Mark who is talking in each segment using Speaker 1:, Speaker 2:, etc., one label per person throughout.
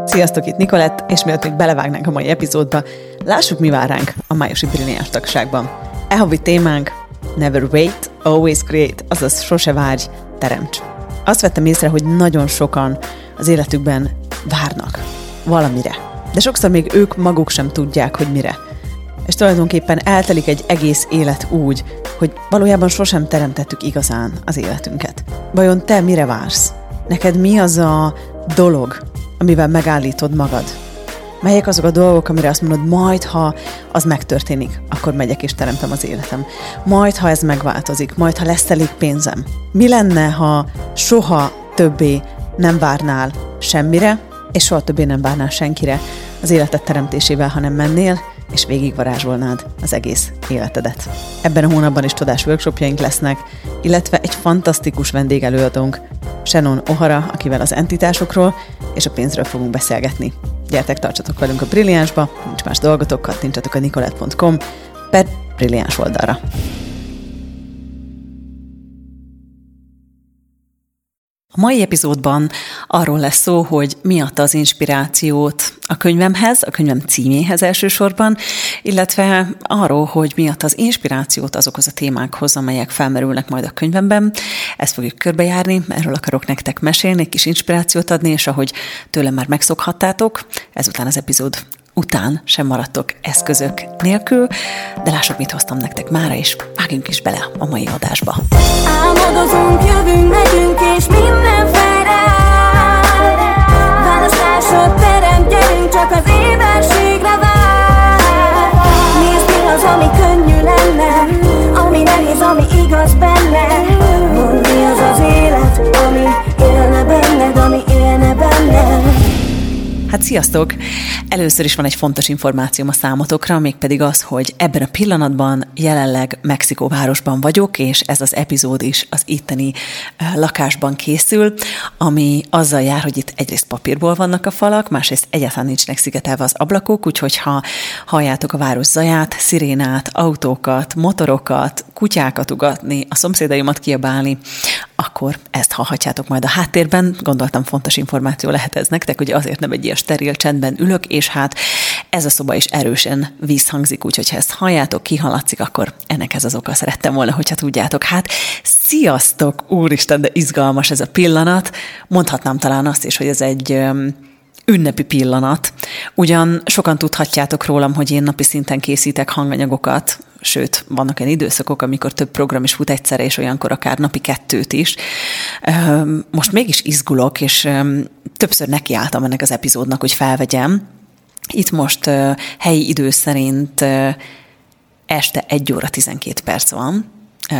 Speaker 1: Sziasztok, itt Nikolett, és mielőtt még belevágnánk a mai epizódba, lássuk, mi vár ránk a májusi Brilliáns tagságban. Havi témánk Never wait, always create, azaz sose várj, teremts. Azt vettem észre, hogy nagyon sokan az életükben várnak valamire, de sokszor még ők maguk sem tudják, hogy mire. És tulajdonképpen eltelik egy egész élet úgy, hogy valójában sosem teremtettük igazán az életünket. Vajon te mire vársz? Neked mi az a dolog, amivel megállítod magad? Melyek azok a dolgok, amire azt mondod, majd ha az megtörténik, akkor megyek és teremtem az életem. Majd ha ez megváltozik, majd ha lesz elég pénzem. Mi lenne, ha soha többé nem várnál semmire, és soha többé nem várnál senkire az életed teremtésével, hanem mennél, és végigvarázsolnád az egész életedet. Ebben a hónapban is csodás workshopjaink lesznek, illetve egy fantasztikus vendégelőadónk, Shannon O'Hara, akivel az entitásokról és a pénzről fogunk beszélgetni. Gyertek, tartsatok velünk a Brilliánsba, nincs más dolgotok, kattintsatok a nicolette.com/Brilliáns oldalra. A mai epizódban arról lesz szó, hogy mi adta az inspirációt a könyvemhez, a könyvem címéhez elsősorban, illetve arról, hogy mi adta az inspirációt azokhoz a témákhoz, amelyek felmerülnek majd a könyvemben. Ezt fogjuk körbejárni, erről akarok nektek mesélni, egy kis inspirációt adni, és ahogy tőlem már megszokhattátok, ezután az epizód után sem maradtok eszközök nélkül, de lássuk, mit hoztam nektek mára, és vágjunk is bele a mai adásba.
Speaker 2: Álmodozunk, jövünk, megyünk, és minden fel rád. Választásod terem, gyerünk, csak az éberségre vár. Nézd, mi az, ami könnyű lenne, ami nehéz, ami igaz benne. Mondd, mi az az élet, ami élne benned, ami élne benned.
Speaker 1: Hát sziasztok! Először is van egy fontos információm a számotokra, mégpedig az, hogy ebben a pillanatban jelenleg Mexikóvárosban vagyok, és ez az epizód is az itteni lakásban készül, ami azzal jár, hogy itt egyrészt papírból vannak a falak, másrészt egyáltalán nincsenek szigetelve az ablakok, úgyhogy ha halljátok a város zaját, szirénát, autókat, motorokat, kutyákat ugatni, a szomszédaimat kiabálni, akkor ezt hallhatjátok majd a háttérben. Gondoltam, fontos információ lehet ez nektek, hogy azért nem egy ilyen steril csendben ülök, és hát ez a szoba is erősen visszhangzik, úgyhogy ha ezt halljátok, kihallatszik, akkor ennek ez az oka. Szerettem volna, hogyha tudjátok. Hát sziasztok, úristen, de izgalmas ez a pillanat. Mondhatnám talán azt is, hogy ez egy ünnepi pillanat. Ugyan sokan tudhatjátok rólam, hogy én napi szinten készítek hanganyagokat, sőt, vannak olyan időszakok, amikor több program is fut egyszerre, és olyankor akár napi 2 is. Most mégis izgulok, és többször nekiálltam ennek az epizódnak, hogy felvegyem. Itt most helyi idő szerint este 1 óra 12 perc van,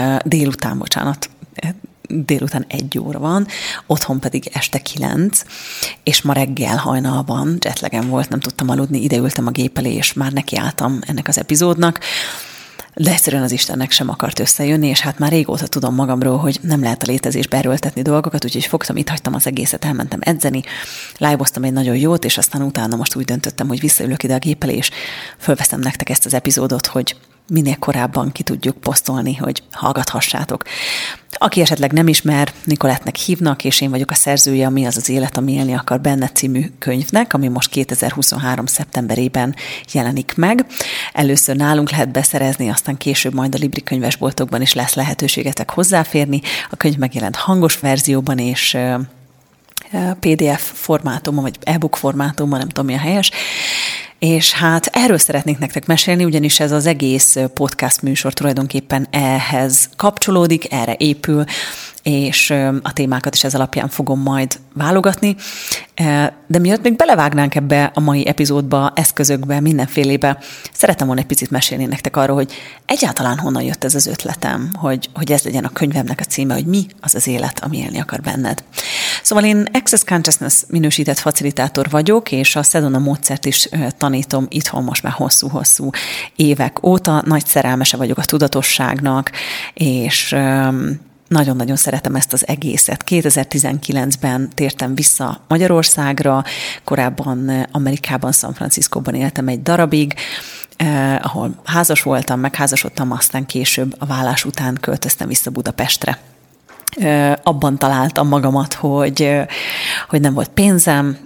Speaker 1: délután 1 óra van, otthon pedig este 9, és ma reggel hajnalban jetlagem volt, nem tudtam aludni, ideültem a gép elé, és már nekiálltam ennek az epizódnak, de egyszerűen az Istennek sem akart összejönni, és hát már régóta tudom magamról, hogy nem lehet a létezésbe erőltetni dolgokat, úgyhogy fogtam, itt hagytam az egészet, elmentem edzeni, live-oztam egy nagyon jót, és aztán utána most úgy döntöttem, hogy visszaülök ide a gép elé, és fölveszem nektek ezt az epizódot, hogy minél korábban ki tudjuk posztolni, hogy hallgathassátok. Aki esetleg nem ismer, Nicolettnek hívnak, és én vagyok a szerzője a Mi az az élet, ami élni akar benned című könyvnek, ami most 2023. szeptemberében jelenik meg. Először nálunk lehet beszerezni, aztán később majd a Libri könyvesboltokban is lesz lehetőségetek hozzáférni. A könyv megjelent hangos verzióban és PDF formátumban, vagy e-book formátumban, nem tudom mi a helyes. És hát erről szeretnék nektek mesélni, ugyanis ez az egész podcast műsor tulajdonképpen ehhez kapcsolódik, erre épül, és a témákat is ez alapján fogom majd válogatni. De miatt még belevágnánk ebbe a mai epizódba, eszközökbe, mindenfélébe, szeretem volna egy picit mesélni nektek arról, hogy egyáltalán honnan jött ez az ötletem, hogy ez legyen a könyvemnek a címe, hogy mi az az élet, ami élni akar benned. Szóval én Access Consciousness minősített facilitátor vagyok, és a Sedona módszert is tanítom itthon most már hosszú-hosszú évek óta. Nagy szerelmese vagyok a tudatosságnak, és nagyon-nagyon szeretem ezt az egészet. 2019-ben tértem vissza Magyarországra, korábban Amerikában, San Franciscóban éltem egy darabig, ahol házas voltam, megházasodtam, aztán később a vállás után költöztem vissza Budapestre. abban találtam magamat, hogy nem volt pénzem,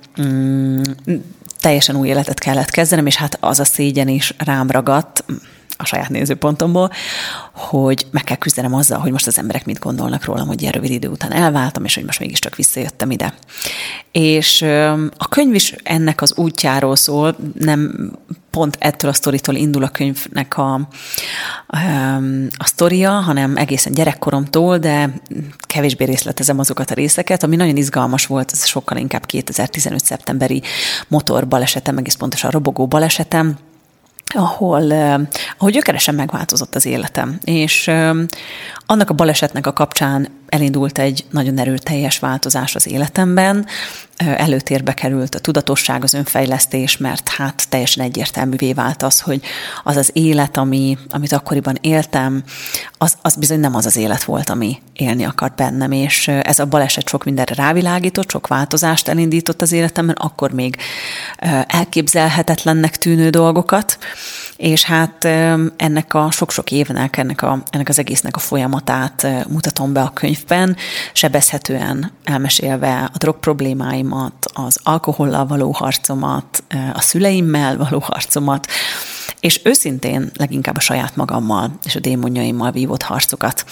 Speaker 1: teljesen új életet kellett kezdenem, és hát az a szégyen is rám ragadt, a saját nézőpontomból, hogy meg kell küzdenem azzal, hogy most az emberek mit gondolnak rólam, hogy ilyen rövid idő után elváltam, és hogy most mégiscsak visszajöttem ide. És a könyv is ennek az útjáról szól, nem pont ettől a sztoritól indul a könyvnek a sztoria, hanem egészen gyerekkoromtól, de kevésbé részletezem azokat a részeket. Ami nagyon izgalmas volt, az sokkal inkább 2015. szeptemberi motorbalesetem, egész pontosan robogó balesetem, ahol gyökeresen megváltozott az életem. És annak a balesetnek a kapcsán elindult egy nagyon erőteljes változás az életemben. Előtérbe került a tudatosság, az önfejlesztés, mert hát teljesen egyértelművé vált az, hogy az az élet, amit akkoriban éltem, az bizony nem az az élet volt, ami élni akart bennem, és ez a baleset sok mindenre rávilágított, sok változást elindított az életemben, akkor még elképzelhetetlennek tűnő dolgokat, és hát ennek a sok-sok évnek, ennek az egésznek a folyamatát mutatom be a könyvben, sebezhetően elmesélve a drog problémáimat, az alkohollal való harcomat, a szüleimmel való harcomat, és őszintén leginkább a saját magammal és a démonjaimmal vívott harcokat.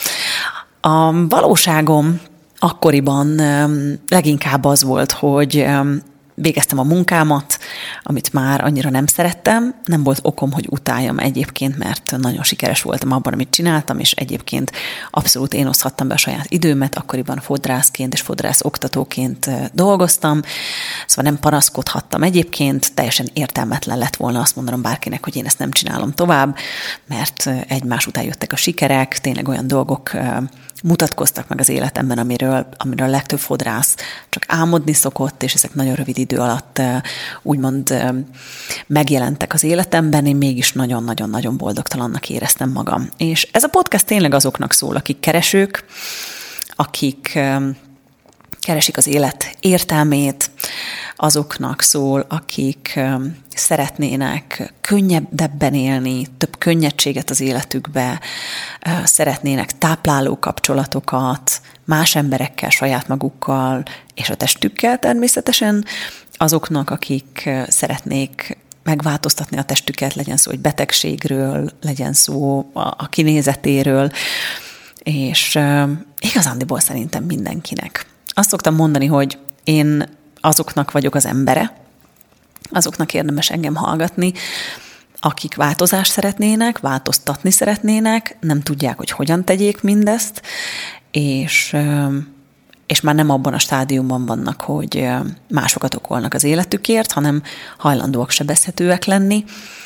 Speaker 1: A valóságom akkoriban leginkább az volt, hogy végeztem a munkámat, amit már annyira nem szerettem. Nem volt okom, hogy utáljam egyébként, mert nagyon sikeres voltam abban, amit csináltam, és egyébként abszolút én oszthattam be a saját időmet. Akkoriban fodrászként és fodrász oktatóként dolgoztam, szóval nem panaszkodhattam egyébként. Teljesen értelmetlen lett volna azt mondanom bárkinek, hogy én ezt nem csinálom tovább, mert egymás után jöttek a sikerek, tényleg olyan dolgok mutatkoztak meg az életemben, amiről a legtöbb fodrász csak álmodni szokott, és ezek nagyon rövid idő alatt úgymond megjelentek az életemben, én mégis nagyon-nagyon-nagyon boldogtalannak éreztem magam. És ez a podcast tényleg azoknak szól, akik keresők, akik keresik az élet értelmét, azoknak szól, akik szeretnének könnyebben élni, több könnyedséget az életükbe, szeretnének tápláló kapcsolatokat más emberekkel, saját magukkal és a testükkel természetesen, azoknak, akik szeretnék megváltoztatni a testüket, legyen szó egy betegségről, legyen szó a kinézetéről, és igazándiból szerintem mindenkinek. Azt szoktam mondani, hogy én azoknak vagyok az embere, azoknak érdemes engem hallgatni, akik változást szeretnének, változtatni szeretnének, nem tudják, hogy hogyan tegyék mindezt, és már nem abban a stádiumban vannak, hogy másokat okolnak az életükért, hanem hajlandóak sebezhetőek lenni,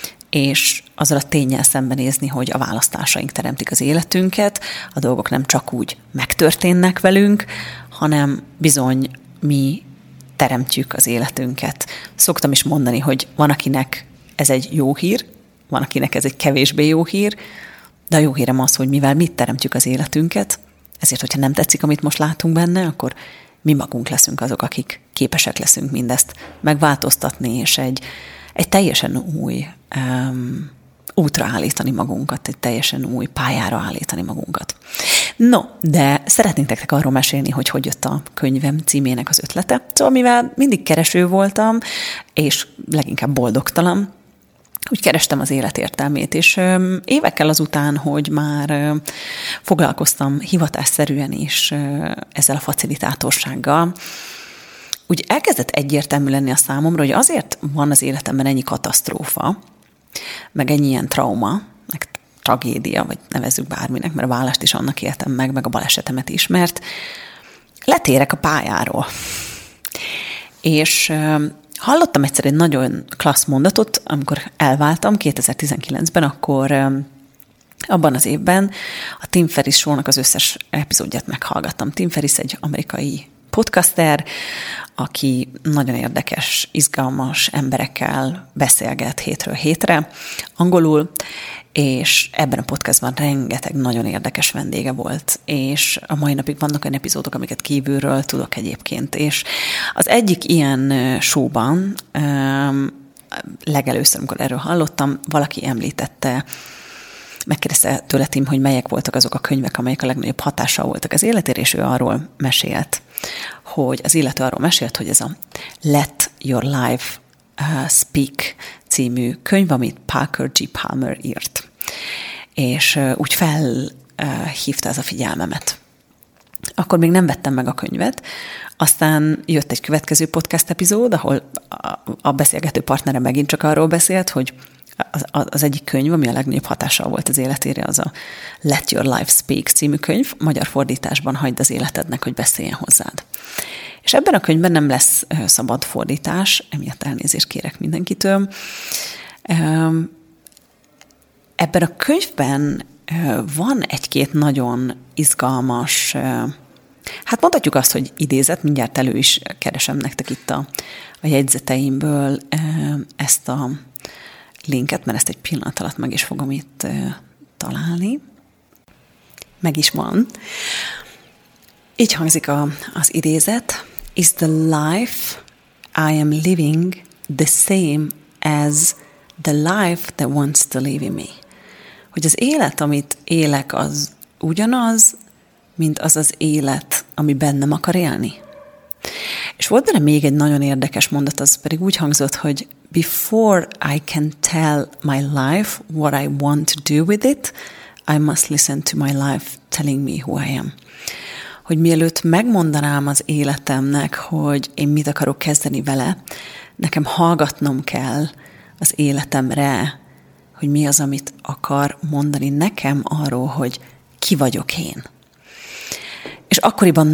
Speaker 1: és azzal a ténnyel szembenézni, hogy a választásaink teremtik az életünket, a dolgok nem csak úgy megtörténnek velünk, hanem bizony mi teremtjük az életünket. Szoktam is mondani, hogy van, akinek ez egy jó hír, van, akinek ez egy kevésbé jó hír, de a jó hírem az, hogy mivel mi teremtjük az életünket, ezért, hogyha nem tetszik, amit most látunk benne, akkor mi magunk leszünk azok, akik képesek leszünk mindezt megváltoztatni, és egy teljesen új útra állítani magunkat, egy teljesen új pályára állítani magunkat. No, de szeretnék nektek arról mesélni, hogy jött a könyvem címének az ötlete. Szóval mivel mindig kereső voltam, és leginkább boldogtalan, úgy kerestem az élet értelmét, és évekkel azután, hogy már foglalkoztam hivatásszerűen is ezzel a facilitátorsággal, úgy elkezdett egyértelmű lenni a számomra, hogy azért van az életemben ennyi katasztrófa, meg ennyi ilyen trauma, meg tragédia, vagy nevezzük bárminek, mert a vállást is annak éltem meg a balesetemet is, mert letérek a pályáról. És hallottam egyszer egy nagyon klassz mondatot, amikor elváltam 2019-ben, akkor abban az évben a Tim Ferriss Show-nak az összes epizódját meghallgattam. Tim Ferriss egy amerikai podcaster, aki nagyon érdekes, izgalmas emberekkel beszélget hétről hétre, angolul, és ebben a podcastban rengeteg nagyon érdekes vendége volt, és a mai napig vannak olyan epizódok, amiket kívülről tudok egyébként, és az egyik ilyen showban, legelőször, amikor erről hallottam, valaki említette megkérdezte tőle Tim, hogy melyek voltak azok a könyvek, amelyek a legnagyobb hatással voltak az életére, és ő arról mesélt, hogy az illető arról mesélt, hogy ez a Let Your Life Speak című könyv, amit Parker G. Palmer írt. És úgy felhívta ez a figyelmemet. Akkor még nem vettem meg a könyvet, aztán jött egy következő podcast epizód, ahol a beszélgető partnere megint csak arról beszélt, hogy az egyik könyv, ami a legnagyobb hatással volt az életére, az a Let Your Life Speak című könyv, magyar fordításban Hagyd az életednek, hogy beszéljen hozzád. És ebben a könyvben nem lesz szabad fordítás, emiatt elnézést kérek mindenkitől. Ebben a könyvben van egy-két nagyon izgalmas, hát mondhatjuk azt, hogy idézet, mindjárt elő is keresem nektek itt a jegyzeteimből ezt a linket, mert ezt egy pillanat alatt meg is fogom itt találni. Meg is van. Így hangzik az idézet. Is the life I am living the same as the life that wants to live in me? Hogy az élet, amit élek, az ugyanaz, mint az az élet, ami bennem akar élni. És volt benne még egy nagyon érdekes mondat, az pedig úgy hangzott, hogy before I can tell my life what I want to do with it, I must listen to my life telling me who I am. Hogy mielőtt megmondanám az életemnek, hogy én mit akarok kezdeni vele, nekem hallgatnom kell az életemre, hogy mi az, amit akar mondani nekem arról, hogy ki vagyok én. És akkoriban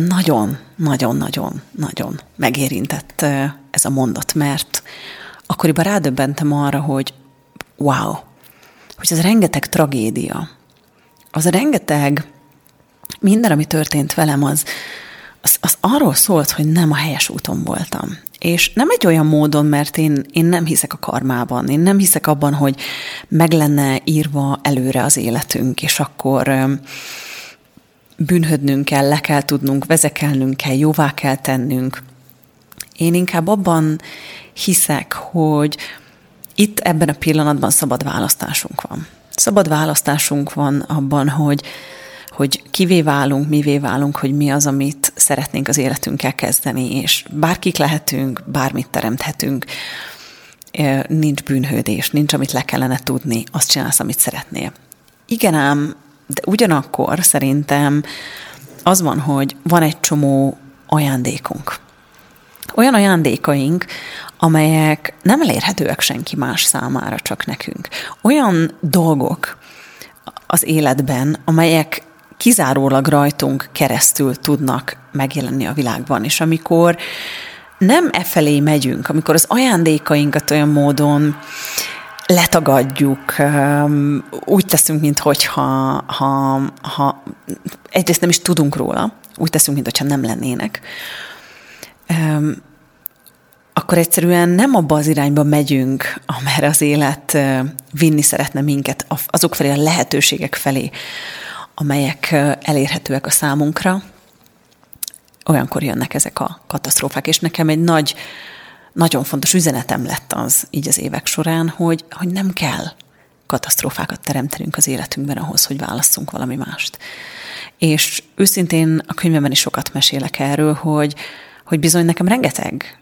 Speaker 1: nagyon megérintett ez a mondat, mert akkoriban rádöbbentem arra, hogy wow, hogy ez rengeteg tragédia, az rengeteg minden, ami történt velem, az arról szólt, hogy nem a helyes úton voltam. És nem egy olyan módon, mert én nem hiszek a karmában, én nem hiszek abban, hogy meg lenne írva előre az életünk, és akkor bűnhödnünk kell, le kell tudnunk, vezekelnünk kell, jóvá kell tennünk. Én inkább abban hiszek, hogy itt ebben a pillanatban szabad választásunk van. Szabad választásunk van abban, hogy kivé válunk, mivé válunk, hogy mi az, amit szeretnénk az életünkkel kezdeni, és bárkik lehetünk, bármit teremthetünk, nincs bűnhődés, nincs, amit le kellene tudni, azt csinálsz, amit szeretnél. Igen ám, de ugyanakkor szerintem az van, hogy van egy csomó ajándékunk. Olyan ajándékaink, amelyek nem elérhetőek senki más számára, csak nekünk. Olyan dolgok az életben, amelyek kizárólag rajtunk keresztül tudnak megjelenni a világban. És amikor nem e felé megyünk, amikor az ajándékainkat olyan módon letagadjuk, úgy teszünk, mintha egyrészt nem is tudunk róla, úgy teszünk, mintha nem lennének, akkor egyszerűen nem abba az irányba megyünk, amerre az élet vinni szeretne minket, azok felé, a lehetőségek felé, amelyek elérhetőek a számunkra, olyankor jönnek ezek a katasztrófák. És nekem egy nagyon fontos üzenetem lett az így az évek során, hogy nem kell katasztrófákat teremtenünk az életünkben ahhoz, hogy válasszunk valami mást. És őszintén a könyvemben is sokat mesélek erről, hogy bizony nekem rengeteg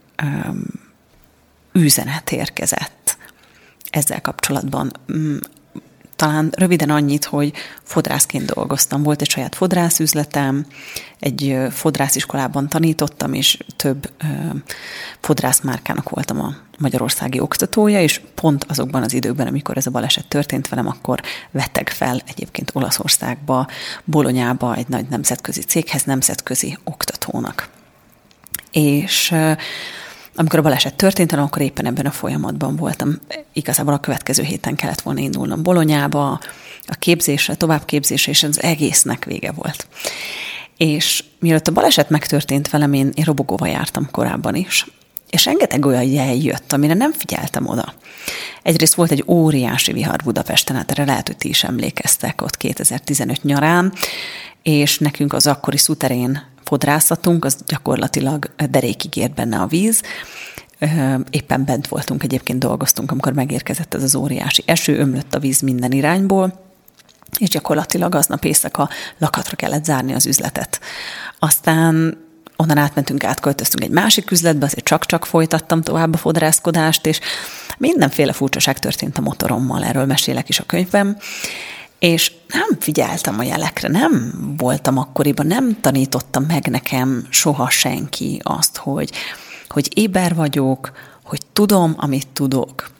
Speaker 1: üzenet érkezett ezzel kapcsolatban. Talán röviden annyit, hogy fodrászként dolgoztam. Volt egy saját fodrászüzletem, egy fodrásziskolában tanítottam, és több fodrászmárkának voltam a magyarországi oktatója, és pont azokban az időkben, amikor ez a baleset történt velem, akkor vettek fel egyébként Olaszországba, Bolonyába egy nagy nemzetközi céghez, nemzetközi oktatónak. És amikor a baleset történt, akkor éppen ebben a folyamatban voltam. Igazából a következő héten kellett volna indulnom Bolonyába, a képzésre, továbbképzésre, és az egésznek vége volt. És mielőtt a baleset megtörtént velem, én robogóval jártam korábban is. És rengeteg olyan jel jött, amire nem figyeltem oda. Egyrészt volt egy óriási vihar Budapesten, hát erre lehet, hogy ti is emlékeztek ott 2015 nyarán, és nekünk az akkori szuterén fodrászatunk, az gyakorlatilag derékig ért benne a víz. Éppen bent voltunk, egyébként dolgoztunk, amikor megérkezett ez az óriási eső, ömlött a víz minden irányból, és gyakorlatilag aznap éjszaka lakatra kellett zárni az üzletet. Aztán onnan átköltöztünk egy másik üzletbe, azért csak folytattam tovább a fodrászkodást, és mindenféle furcsaság történt a motorommal, erről mesélek is a könyvben, és nem figyeltem a jelekre, nem voltam akkoriban, nem tanította meg nekem soha senki azt, hogy éber vagyok, hogy tudom, amit tudok,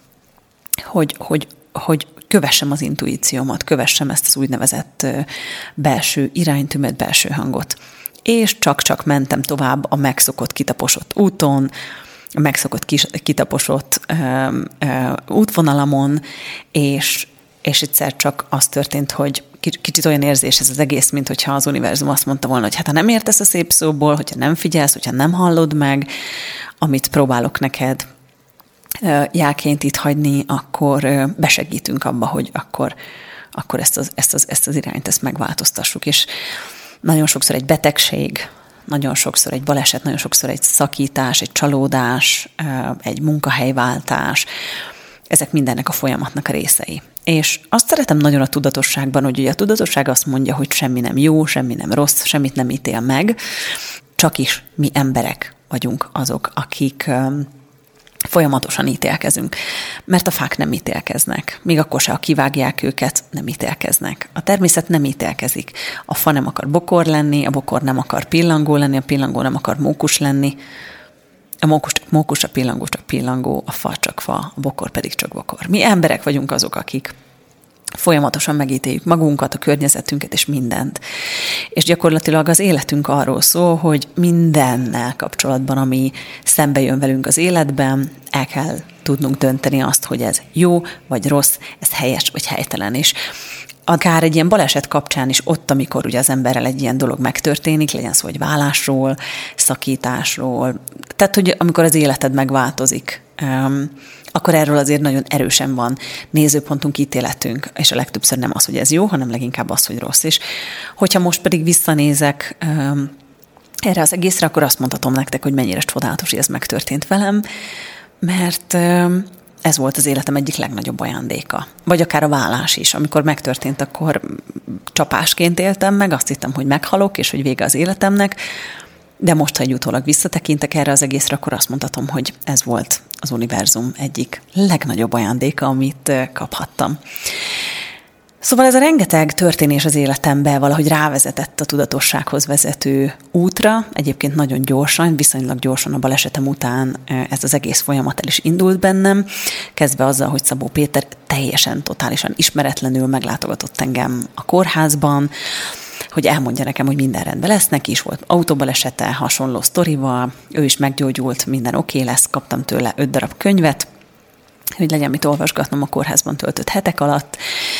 Speaker 1: hogy kövessem az intuíciómat, kövessem ezt az úgynevezett belső iránytümet, belső hangot. És csak mentem tovább a megszokott, kitaposott úton, a megszokott, kitaposott útvonalamon, és egyszer csak az történt, hogy kicsit olyan érzés ez az egész, mint hogyha az univerzum azt mondta volna, hogy hát ha nem értesz a szép szóból, hogyha nem figyelsz, hogyha nem hallod meg, amit próbálok neked jelként itt hagyni, akkor besegítünk abba, hogy akkor ezt az irányt, ezt megváltoztassuk. És nagyon sokszor egy betegség, nagyon sokszor egy baleset, nagyon sokszor egy szakítás, egy csalódás, egy munkahelyváltás, ezek mindennek a folyamatnak a részei. És azt szeretem nagyon a tudatosságban, hogy ugye a tudatosság azt mondja, hogy semmi nem jó, semmi nem rossz, semmit nem ítél meg, csak is mi emberek vagyunk azok, akik folyamatosan ítélkezünk. Mert a fák nem ítélkeznek. Még akkor se, ha kivágják őket, nem ítélkeznek. A természet nem ítélkezik. A fa nem akar bokor lenni, a bokor nem akar pillangó lenni, a pillangó nem akar mókus lenni. A mókus, a pillangó csak pillangó, a fa csak fa, a bokor pedig csak bokor. Mi emberek vagyunk azok, akik folyamatosan megítéljük magunkat, a környezetünket és mindent. És gyakorlatilag az életünk arról szól, hogy mindennel kapcsolatban, ami szembe jön velünk az életben, el kell tudnunk dönteni azt, hogy ez jó vagy rossz, ez helyes vagy helytelen is. Akár egy ilyen baleset kapcsán is ott, amikor ugye az emberrel egy ilyen dolog megtörténik, legyen szó egy válásról, szakításról, tehát hogy amikor az életed megváltozik, akkor erről azért nagyon erősen van nézőpontunk, ítéletünk, és a legtöbbször nem az, hogy ez jó, hanem leginkább az, hogy rossz. És hogyha most pedig visszanézek erre az egészre, akkor azt mondhatom nektek, hogy mennyire csodálatos, hogy ez megtörtént velem, mert ez volt az életem egyik legnagyobb ajándéka. Vagy akár a válás is. Amikor megtörtént, akkor csapásként éltem meg, azt hittem, hogy meghalok, és hogy vége az életemnek, de most, ha egy utólag visszatekintek erre az egészre, akkor azt mondhatom, hogy ez volt az univerzum egyik legnagyobb ajándéka, amit kaphattam. Szóval ez a rengeteg történés az életemben valahogy rávezetett a tudatossághoz vezető útra. Egyébként nagyon gyorsan, viszonylag gyorsan a balesetem után ez az egész folyamat el is indult bennem, kezdve azzal, hogy Szabó Péter teljesen, totálisan ismeretlenül meglátogatott engem a kórházban, hogy elmondja nekem, hogy minden rendben lesz, neki is volt autóbalesete, hasonló sztorival, ő is meggyógyult, minden oké lesz, kaptam tőle 5 darab könyvet, hogy legyen mit olvasgatnom a kórházban töltött hetek alatt,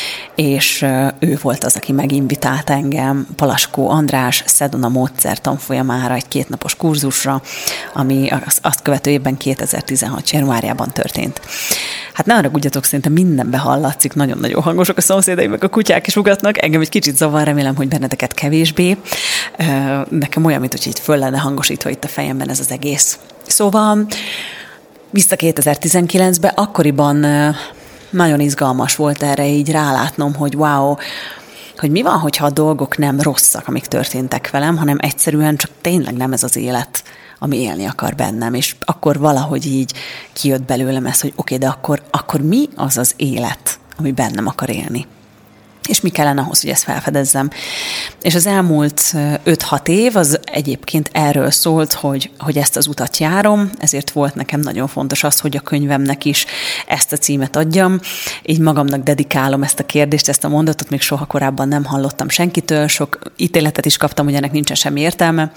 Speaker 1: és ő volt az, aki meginvitált engem Palaskó András Sedona módszer tanfolyamára egy 2 napos kurzusra, ami azt követő évben 2016. januárjában történt. Hát ne haragudjatok, szerintem mindenbe hallatszik, nagyon-nagyon hangosok a szomszédaim, meg a kutyák is ugatnak, engem egy kicsit zavar, remélem, hogy benneteket kevésbé. Nekem olyan, mint hogy itt föl lenne hangosítva itt a fejemben ez az egész. Szóval vissza 2019-be, akkoriban nagyon izgalmas volt erre így rálátnom, hogy wow, hogy mi van, hogyha a dolgok nem rosszak, amik történtek velem, hanem egyszerűen csak tényleg nem ez az élet, ami élni akar bennem, és akkor valahogy így kijött belőlem ez, hogy oké, de akkor mi az az élet, ami bennem akar élni? És mi kellene ahhoz, hogy ezt felfedezzem. És az elmúlt 5-6 év az egyébként erről szólt, hogy ezt az utat járom, ezért volt nekem nagyon fontos az, hogy a könyvemnek is ezt a címet adjam. Így magamnak dedikálom ezt a kérdést, ezt a mondatot, még soha korábban nem hallottam senkitől, sok ítéletet is kaptam, hogy ennek nincsen semmi értelme.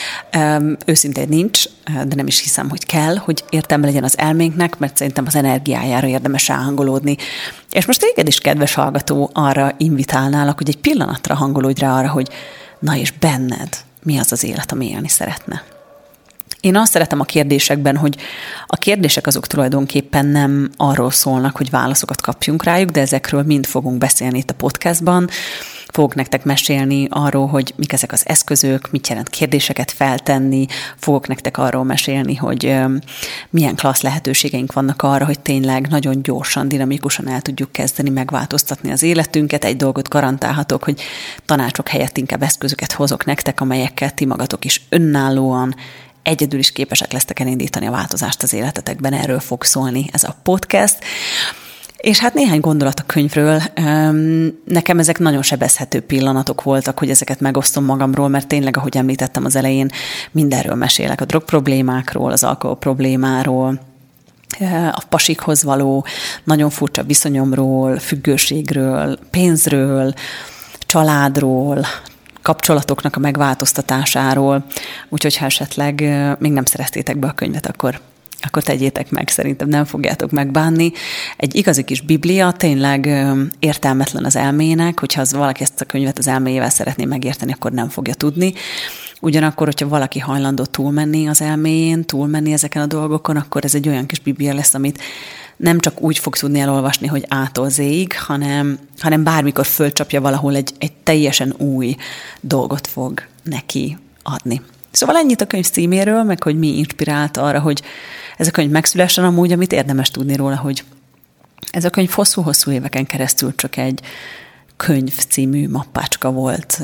Speaker 1: Őszintén nincs, de nem is hiszem, hogy kell, hogy értelme legyen az elménknek, mert szerintem az energiájára érdemes ráhangolódni. És most téged is, kedves hallgató, arra invitálnálak, hogy egy pillanatra hangolódj rá arra, hogy na és benned mi az az élet, ami élni szeretne. Én azt szeretem a kérdésekben, hogy a kérdések azok tulajdonképpen nem arról szólnak, hogy válaszokat kapjunk rájuk, de ezekről mind fogunk beszélni itt a podcastban. Fogok nektek mesélni arról, hogy mik ezek az eszközök, mit jelent kérdéseket feltenni, fogok nektek arról mesélni, hogy milyen klassz lehetőségeink vannak arra, hogy tényleg nagyon gyorsan, dinamikusan el tudjuk kezdeni megváltoztatni az életünket. Egy dolgot garantálhatok, hogy tanácsok helyett inkább eszközöket hozok nektek, amelyekkel ti magatok is önállóan, egyedül is képesek lesztek elindítani a változást az életetekben. Erről fog szólni ez a podcast. És hát néhány gondolat a könyvről. Nekem ezek nagyon sebezhető pillanatok voltak, hogy ezeket megosztom magamról, mert tényleg, ahogy említettem az elején, mindenről mesélek. A drog problémákról, az alkohol problémáról, a pasikhoz való nagyon furcsa viszonyomról, függőségről, pénzről, családról, kapcsolatoknak a megváltoztatásáról. Úgyhogy ha esetleg még nem szereztétek be a könyvet, akkor tegyétek meg, szerintem nem fogjátok megbánni. Egy igazi kis biblia, tényleg értelmetlen az elmének, hogyha valaki ezt a könyvet az elméjével szeretné megérteni, akkor nem fogja tudni. Ugyanakkor, hogyha valaki hajlandó túlmenni az elméjén, túlmenni ezeken a dolgokon, akkor ez egy olyan kis biblia lesz, amit nem csak úgy fog tudni elolvasni, hogy A-tól Z-ig, hanem bármikor fölcsapja valahol egy teljesen új dolgot fog neki adni. Szóval ennyit a könyv címéről, meg hogy mi inspirált arra, hogy ez a könyv megszülessen, amúgy, amit érdemes tudni róla, hogy ez a könyv hosszú-hosszú éveken keresztül csak egy könyv című mappácska volt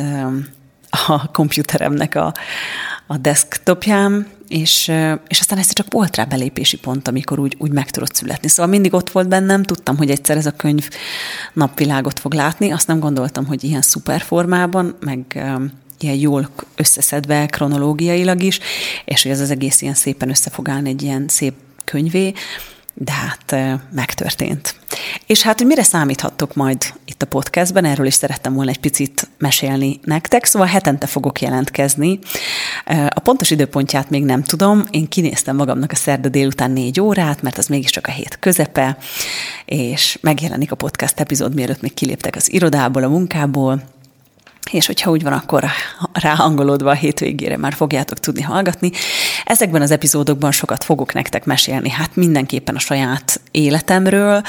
Speaker 1: a komputeremnek a desktopján, és aztán egyszer csak volt rá belépési pont, amikor úgy meg tudott születni. Szóval mindig ott volt bennem, tudtam, hogy egyszer ez a könyv napvilágot fog látni, azt nem gondoltam, hogy ilyen szuper formában, meg ilyen jól összeszedve kronológiailag is, és hogy ez az egész ilyen szépen össze fog állni egy ilyen szép könyvé, de hát megtörtént. És hát, hogy mire számíthattok majd itt a podcastben, erről is szerettem volna egy picit mesélni nektek, szóval hetente fogok jelentkezni. A pontos időpontját még nem tudom, én kinéztem magamnak a szerda délután 4 órát, mert az mégiscsak a hét közepe, és megjelenik a podcast epizód, mielőtt még kiléptek az irodából, a munkából, és hogyha úgy van, akkor ráhangolódva a hétvégére már fogjátok tudni hallgatni. Ezekben az epizódokban sokat fogok nektek mesélni, hát mindenképpen a saját életemről,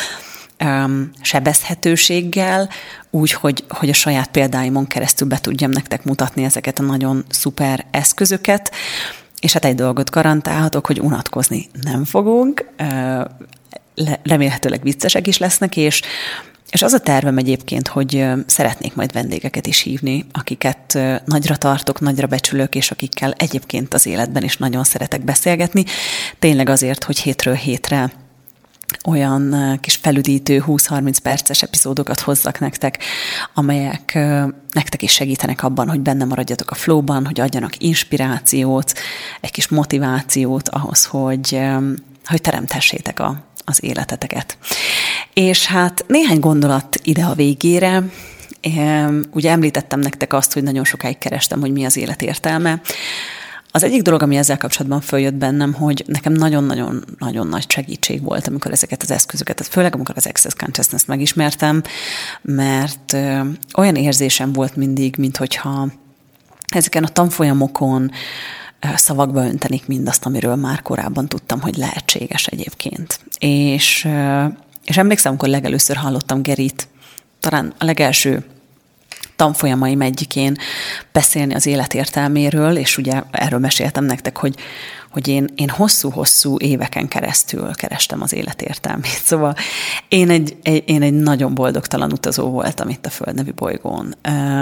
Speaker 1: sebezhetőséggel, úgy, hogy a saját példáimon keresztül be tudjam nektek mutatni ezeket a nagyon szuper eszközöket, és hát egy dolgot garantálhatok, hogy unatkozni nem fogunk, remélhetőleg viccesek is lesznek, és az a tervem egyébként, hogy szeretnék majd vendégeket is hívni, akiket nagyra tartok, nagyra becsülök, és akikkel egyébként az életben is nagyon szeretek beszélgetni. Tényleg azért, hogy hétről hétre olyan kis felüdítő 20-30 perces epizódokat hozzak nektek, amelyek nektek is segítenek abban, hogy benne maradjatok a flowban, hogy adjanak inspirációt, egy kis motivációt ahhoz, hogy teremthessétek az életeteket. És hát néhány gondolat ide a végére. Ugye említettem nektek azt, hogy nagyon sokáig kerestem, hogy mi az élet értelme. Az egyik dolog, ami ezzel kapcsolatban följött bennem, hogy nekem nagyon-nagyon nagy segítség volt, amikor ezeket az eszközöket, főleg amikor az Access Consciousness-t megismertem, mert olyan érzésem volt mindig, minthogyha ezeken a tanfolyamokon szavakba öntenék mindazt, amiről már korábban tudtam, hogy lehetséges egyébként. És emlékszem, amikor legelőször hallottam Gerit, talán a legelső tanfolyamaim egyikén beszélni az élet értelméről, és ugye erről meséltem nektek, hogy én hosszú-hosszú éveken keresztül kerestem az élet értelmét. Szóval én egy nagyon boldogtalan utazó voltam itt a Földnevű bolygón.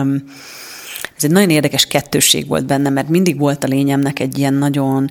Speaker 1: Ez egy nagyon érdekes kettősség volt benne, mert mindig volt a lényemnek egy ilyen nagyon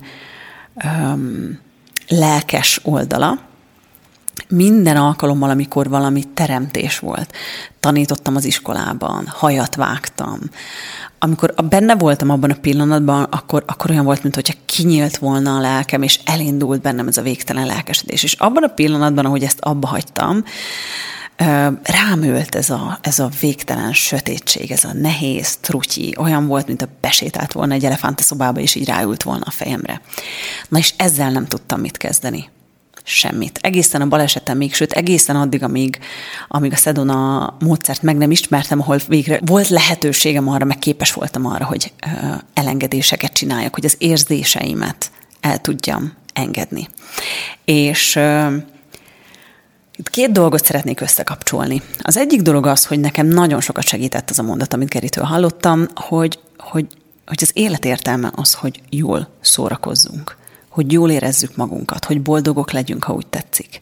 Speaker 1: lelkes oldala. Minden alkalommal, amikor valami teremtés volt, tanítottam az iskolában, hajat vágtam. Amikor benne voltam abban a pillanatban, akkor olyan volt, mintha kinyílt volna a lelkem, és elindult bennem ez a végtelen lelkesedés. És abban a pillanatban, ahogy ezt abba hagytam, rám ölt ez a végtelen sötétség, ez a nehéz trutyi, olyan volt, mint a besétált volna egy elefánt a szobába, és így ráült volna a fejemre. Na és ezzel nem tudtam mit kezdeni. Semmit. Egészen a balesetemig, sőt egészen addig, amíg a Sedona módszert meg nem ismertem, ahol végre volt lehetőségem arra, meg képes voltam arra, hogy elengedéseket csináljak, hogy az érzéseimet el tudjam engedni. És Itt 2 dolgot szeretnék összekapcsolni. Az egyik dolog az, hogy nekem nagyon sokat segített az a mondat, amit Geritől hallottam, hogy az élet értelme az, hogy jól szórakozzunk, hogy jól érezzük magunkat, hogy boldogok legyünk, ha úgy tetszik.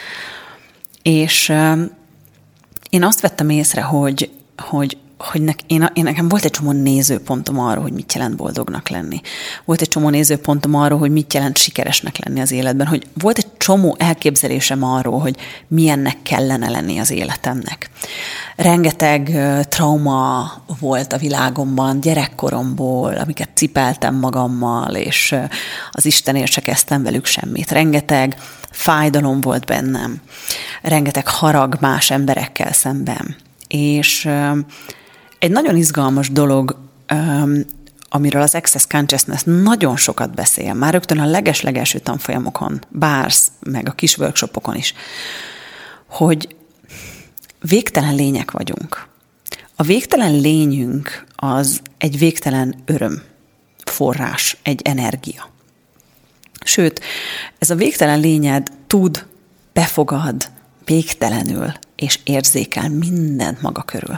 Speaker 1: És én azt vettem észre, hogy nekem volt egy csomó nézőpontom arról, hogy mit jelent boldognak lenni. Volt egy csomó nézőpontom arról, hogy mit jelent sikeresnek lenni az életben, hogy volt egy csomó elképzelésem arról, hogy milyennek kellene lenni az életemnek. Rengeteg trauma volt a világomban gyerekkoromból, amiket cipeltem magammal, és az Istenért se kezdtem velük semmit. Rengeteg fájdalom volt bennem, rengeteg harag más emberekkel szemben. És egy nagyon izgalmas dolog, amiről az Access Consciousness nagyon sokat beszél, már rögtön a leges-legelső tanfolyamokon, BARS, meg a kis workshopokon is, hogy végtelen lények vagyunk. A végtelen lényünk az egy végtelen öröm forrás, egy energia. Sőt, ez a végtelen lényed tud, befogad végtelenül, és érzékel mindent maga körül.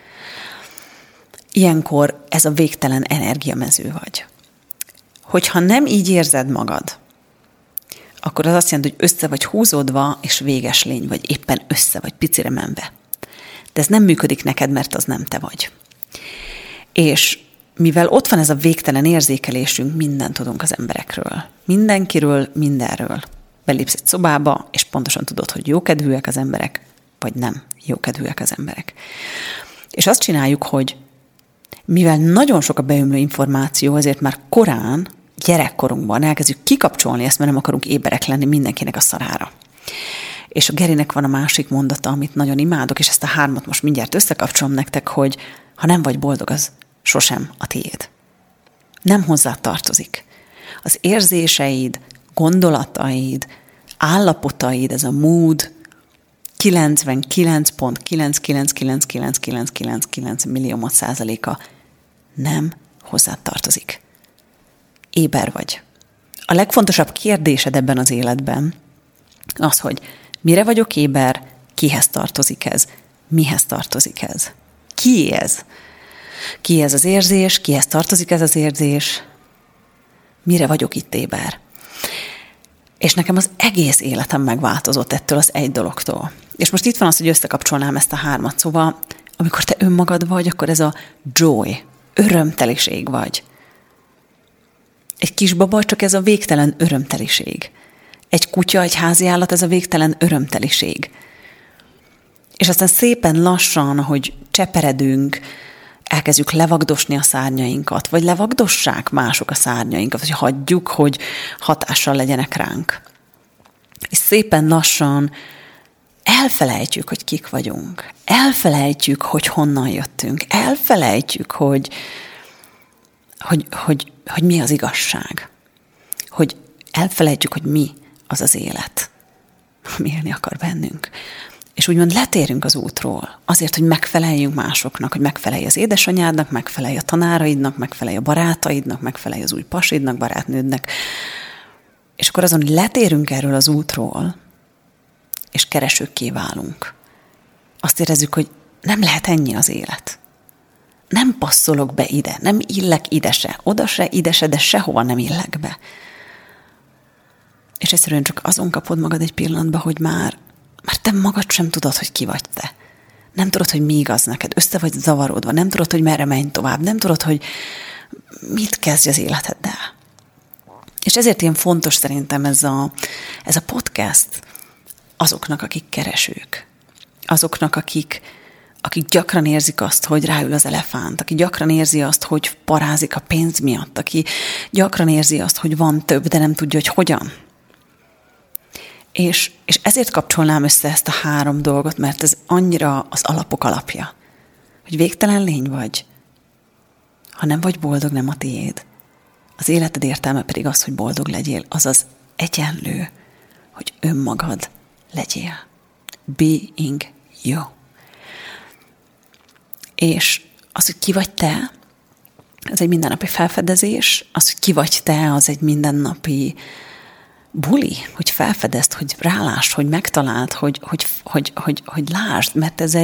Speaker 1: Ilyenkor ez a végtelen energiamező vagy. Hogyha nem így érzed magad, akkor az azt jelenti, hogy össze vagy húzódva, és véges lény vagy, éppen össze vagy, picire menve. De ez nem működik neked, mert az nem te vagy. És mivel ott van ez a végtelen érzékelésünk, mindent tudunk az emberekről. Mindenkiről, mindenről. Belépsz egy szobába, és pontosan tudod, hogy jókedvűek az emberek, vagy nem jókedvűek az emberek. És azt csináljuk, hogy mivel nagyon sok a beömlő információ, ezért már korán, gyerekkorunkban elkezdjük kikapcsolni ezt, mert nem akarunk éberek lenni mindenkinek a szarára. És a Gerinek van a másik mondata, amit nagyon imádok, és ezt a 3 most mindjárt összekapcsolom nektek, hogy ha nem vagy boldog, az sosem a tiéd. Nem hozzá tartozik. Az érzéseid, gondolataid, állapotaid, ez a mood 99,9999999 milliómod százaléka nem hozzá tartozik. Éber vagy. A legfontosabb kérdésed ebben az életben az, hogy mire vagyok éber, kihez tartozik ez, mihez tartozik ez, ki ez? Ki ez az érzés, kihez tartozik ez az érzés, mire vagyok itt éber? És nekem az egész életem megváltozott ettől az egy dologtól. És most itt van az, hogy összekapcsolnám ezt a 3, szóval amikor te önmagad vagy, akkor ez a joy, örömteliség vagy. Egy kisbaba, csak ez a végtelen örömteliség. Egy kutya, egy háziállat, ez a végtelen örömteliség. És aztán szépen lassan, ahogy cseperedünk, elkezdjük levagdosni a szárnyainkat, vagy levagdossák mások a szárnyainkat, vagy hagyjuk, hogy hatással legyenek ránk. És szépen lassan elfelejtjük, hogy kik vagyunk. Elfelejtjük, hogy honnan jöttünk. Elfelejtjük, hogy mi az igazság. Hogy elfelejtjük, hogy mi az az élet, ami élni akar bennünk. És úgymond letérünk az útról, azért, hogy megfeleljünk másoknak, hogy megfelelj az édesanyádnak, megfelelj a tanáraidnak, megfelelj a barátaidnak, megfelelj az új pasidnak, barátnődnek. És akkor azon letérünk erről az útról, és keresőkké válunk. Azt érezzük, hogy nem lehet ennyi az élet. Nem passzolok be ide, nem illek ide se, oda se, ide se, de sehova nem illek be. És egyszerűen csak azon kapod magad egy pillanatba, hogy már te magad sem tudod, hogy ki vagy te. Nem tudod, hogy mi igaz neked, össze vagy zavarodva, nem tudod, hogy merre menj tovább, nem tudod, hogy mit kezdj az életeddel. És ezért ilyen fontos szerintem ez a podcast azoknak, akik keresők. Azoknak, akik gyakran érzik azt, hogy ráül az elefánt, aki gyakran érzi azt, hogy parázik a pénz miatt, aki gyakran érzi azt, hogy van több, de nem tudja, hogy hogyan. És ezért kapcsolnám össze ezt a 3 dolgot, mert ez annyira az alapok alapja, hogy végtelen lény vagy. Ha nem vagy boldog, nem a tiéd. Az életed értelme pedig az, hogy boldog legyél, azaz egyenlő, hogy önmagad legyél. Being you. És az, hogy ki vagy te, az egy mindennapi felfedezés, az, hogy ki vagy te, az egy mindennapi buli, hogy felfedezd, hogy rálásd, hogy megtaláld, hogy lásd, mert ez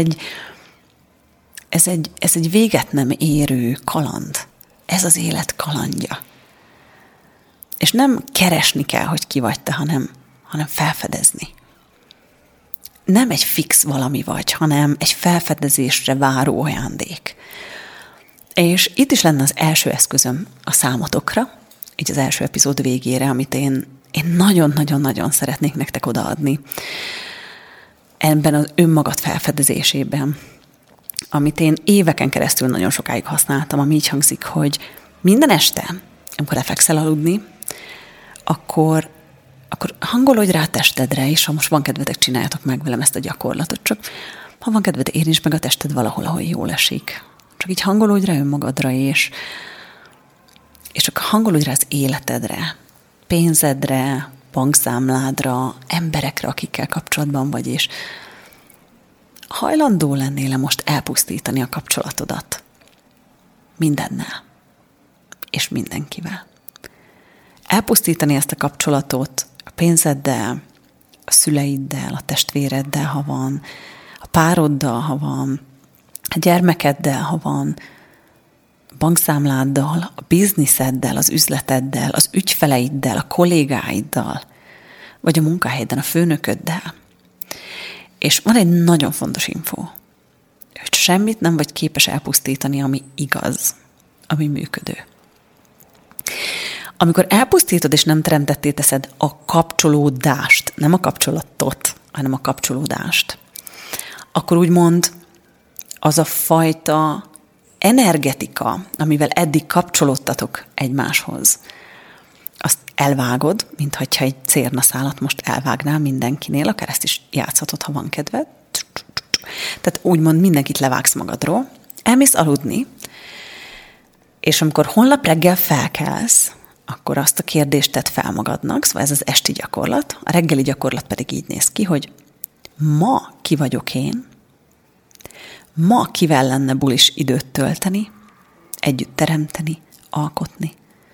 Speaker 1: egy véget nem érő kaland. Ez az élet kalandja. És nem keresni kell, hogy ki vagy te, hanem felfedezni. Nem egy fix valami vagy, hanem egy felfedezésre váró ajándék. És itt is lenne az első eszközöm a számotokra, így az első epizód végére, amit én nagyon-nagyon-nagyon szeretnék nektek odaadni ebben az önmagad felfedezésében, amit én éveken keresztül nagyon sokáig használtam, ami így hangzik, hogy minden este, amikor lefekszel aludni, akkor hangolódj rá a testedre, és ha most van kedvetek, csináljátok meg velem ezt a gyakorlatot, csak ha van kedved, érintsd meg a tested valahol, ahol jól esik. Csak így hangolódj rá önmagadra, és csak hangolódj rá az életedre, pénzedre, bankszámládra, emberekre, akikkel kapcsolatban vagy, és hajlandó lennél most elpusztítani a kapcsolatodat mindennel és mindenkivel. Elpusztítani ezt a kapcsolatot a pénzeddel, a szüleiddel, a testvéreddel, ha van, a pároddal, ha van, a gyermekeddel, ha van, a bankszámláddal, a bizniszeddel, az üzleteddel, az ügyfeleiddel, a kollégáiddal, vagy a munkahelyeden, a főnököddel. És van egy nagyon fontos info, hogy semmit nem vagy képes elpusztítani, ami igaz, ami működő. Amikor elpusztítod és nem teremtetté teszed a kapcsolódást, nem a kapcsolatot, hanem a kapcsolódást, akkor úgymond az a fajta energetika, amivel eddig kapcsolódtatok egymáshoz, azt elvágod, mintha egy cérnaszálat most elvágnál mindenkinél, akár ezt is játszhatod, ha van kedved. Tehát úgymond mindenkit levágsz magadról, elmész aludni, és amikor holnap reggel felkelsz, akkor azt a kérdést tedd fel magadnak, szóval ez az esti gyakorlat, a reggeli gyakorlat pedig így néz ki, hogy ma ki vagyok én, ma kivel lenne bulis időt tölteni, együtt teremteni, alkotni,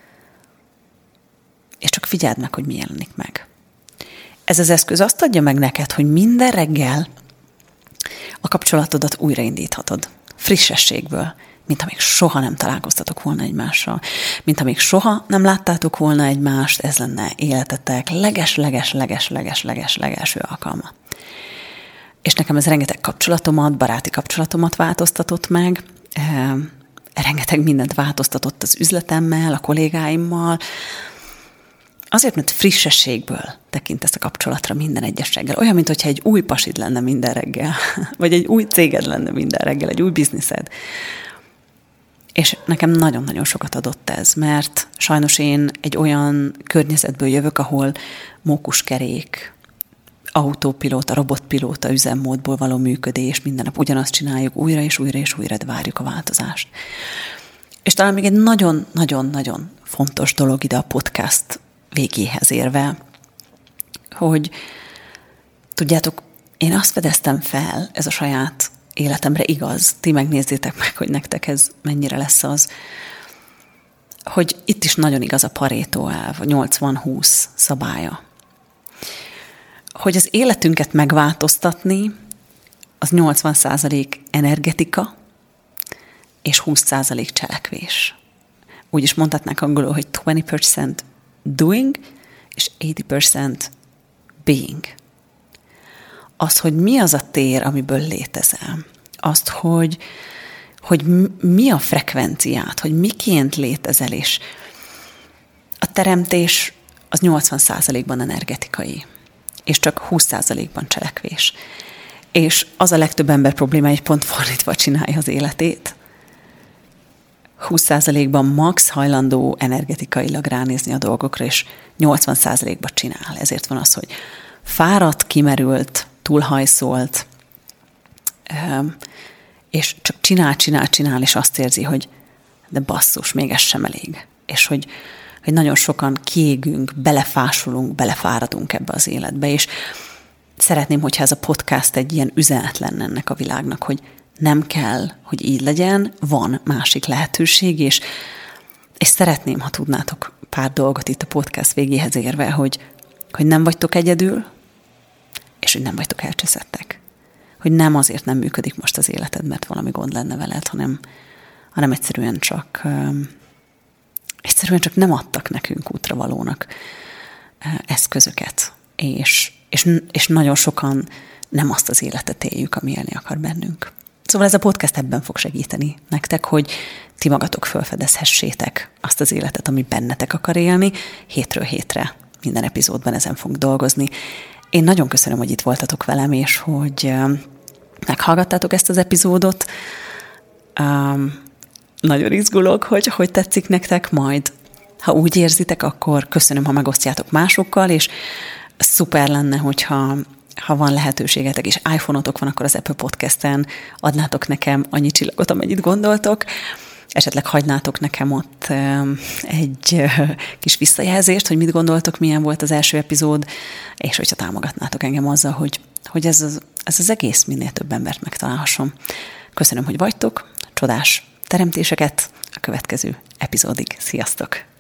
Speaker 1: és csak figyeld meg, hogy mi jelenik meg. Ez az eszköz azt adja meg neked, hogy minden reggel a kapcsolatodat újraindíthatod, frissességből, mint amíg soha nem találkoztatok volna egymással, mint amíg soha nem láttátok volna egymást, ez lenne életetek legelső alkalma. És nekem ez rengeteg kapcsolatomat, baráti kapcsolatomat változtatott meg, rengeteg mindent változtatott az üzletemmel, a kollégáimmal, azért, mert frissességből tekintesz a kapcsolatra minden egyes reggel. Olyan, mintha egy új pasid lenne minden reggel, vagy egy új céged lenne minden reggel, egy új bizniszed. És nekem nagyon-nagyon sokat adott ez, mert sajnos én egy olyan környezetből jövök, ahol mókuskerék, autópilóta, robotpilóta üzemmódból való működés, minden nap ugyanazt csináljuk, újra és újra és újra várjuk a változást. És talán még egy nagyon-nagyon-nagyon fontos dolog ide a podcast végéhez érve, hogy tudjátok, én azt fedeztem fel, ez a saját életemre igaz, ti megnézzétek meg, hogy nektek ez mennyire lesz az, hogy itt is nagyon igaz a Pareto elv, a 80-20 szabálya. Hogy az életünket megváltoztatni, az 80% energetika, és 20% cselekvés. Úgy is mondhatnánk angolul, hogy 20% doing, és 80% being. Az, hogy mi az a tér, amiből létezel. Azt, hogy mi a frekvenciát, hogy miként létezel, és a teremtés az 80%-ban energetikai, és csak 20%-ban cselekvés. És az a legtöbb ember problémája, hogy pont fordítva csinálja az életét. 20%-ban max hajlandó energetikailag ránézni a dolgokra, és 80%-ban csinál. Ezért van az, hogy fáradt, kimerült, túlhajszolt, és csak csinál, és azt érzi, hogy de basszus, még ez sem elég. És hogy nagyon sokan kiégünk, belefásulunk, belefáradunk ebbe az életbe, és szeretném, hogyha ez a podcast egy ilyen üzenet lenne ennek a világnak, hogy nem kell, hogy így legyen, van másik lehetőség, és szeretném, ha tudnátok pár dolgot itt a podcast végéhez érve, hogy hogy nem vagytok egyedül, és hogy nem vagytok elcseszettek. Hogy nem azért nem működik most az életed, mert valami gond lenne veled, hanem egyszerűen csak nem adtak nekünk útravalónak eszközöket. És nagyon sokan nem azt az életet éljük, ami élni akar bennünk. Szóval ez a podcast ebben fog segíteni nektek, hogy ti magatok felfedezhessétek azt az életet, ami bennetek akar élni. Hétről hétre minden epizódban ezen fogunk dolgozni. Én nagyon köszönöm, hogy itt voltatok velem, és hogy meghallgattátok ezt az epizódot. Nagyon izgulok, hogy tetszik nektek, majd ha úgy érzitek, akkor köszönöm, ha megosztjátok másokkal, és szuper lenne, hogyha van lehetőségetek, és iPhone-otok van, akkor az Apple Podcast-en adnátok nekem annyi csillagot, amennyit gondoltok. Esetleg hagynátok nekem ott egy kis visszajelzést, hogy mit gondoltok, milyen volt az első epizód, és hogyha támogatnátok engem azzal, hogy ez az egész minél több embert megtalálhasson. Köszönöm, hogy vagytok, csodás teremtéseket a következő epizódig. Sziasztok!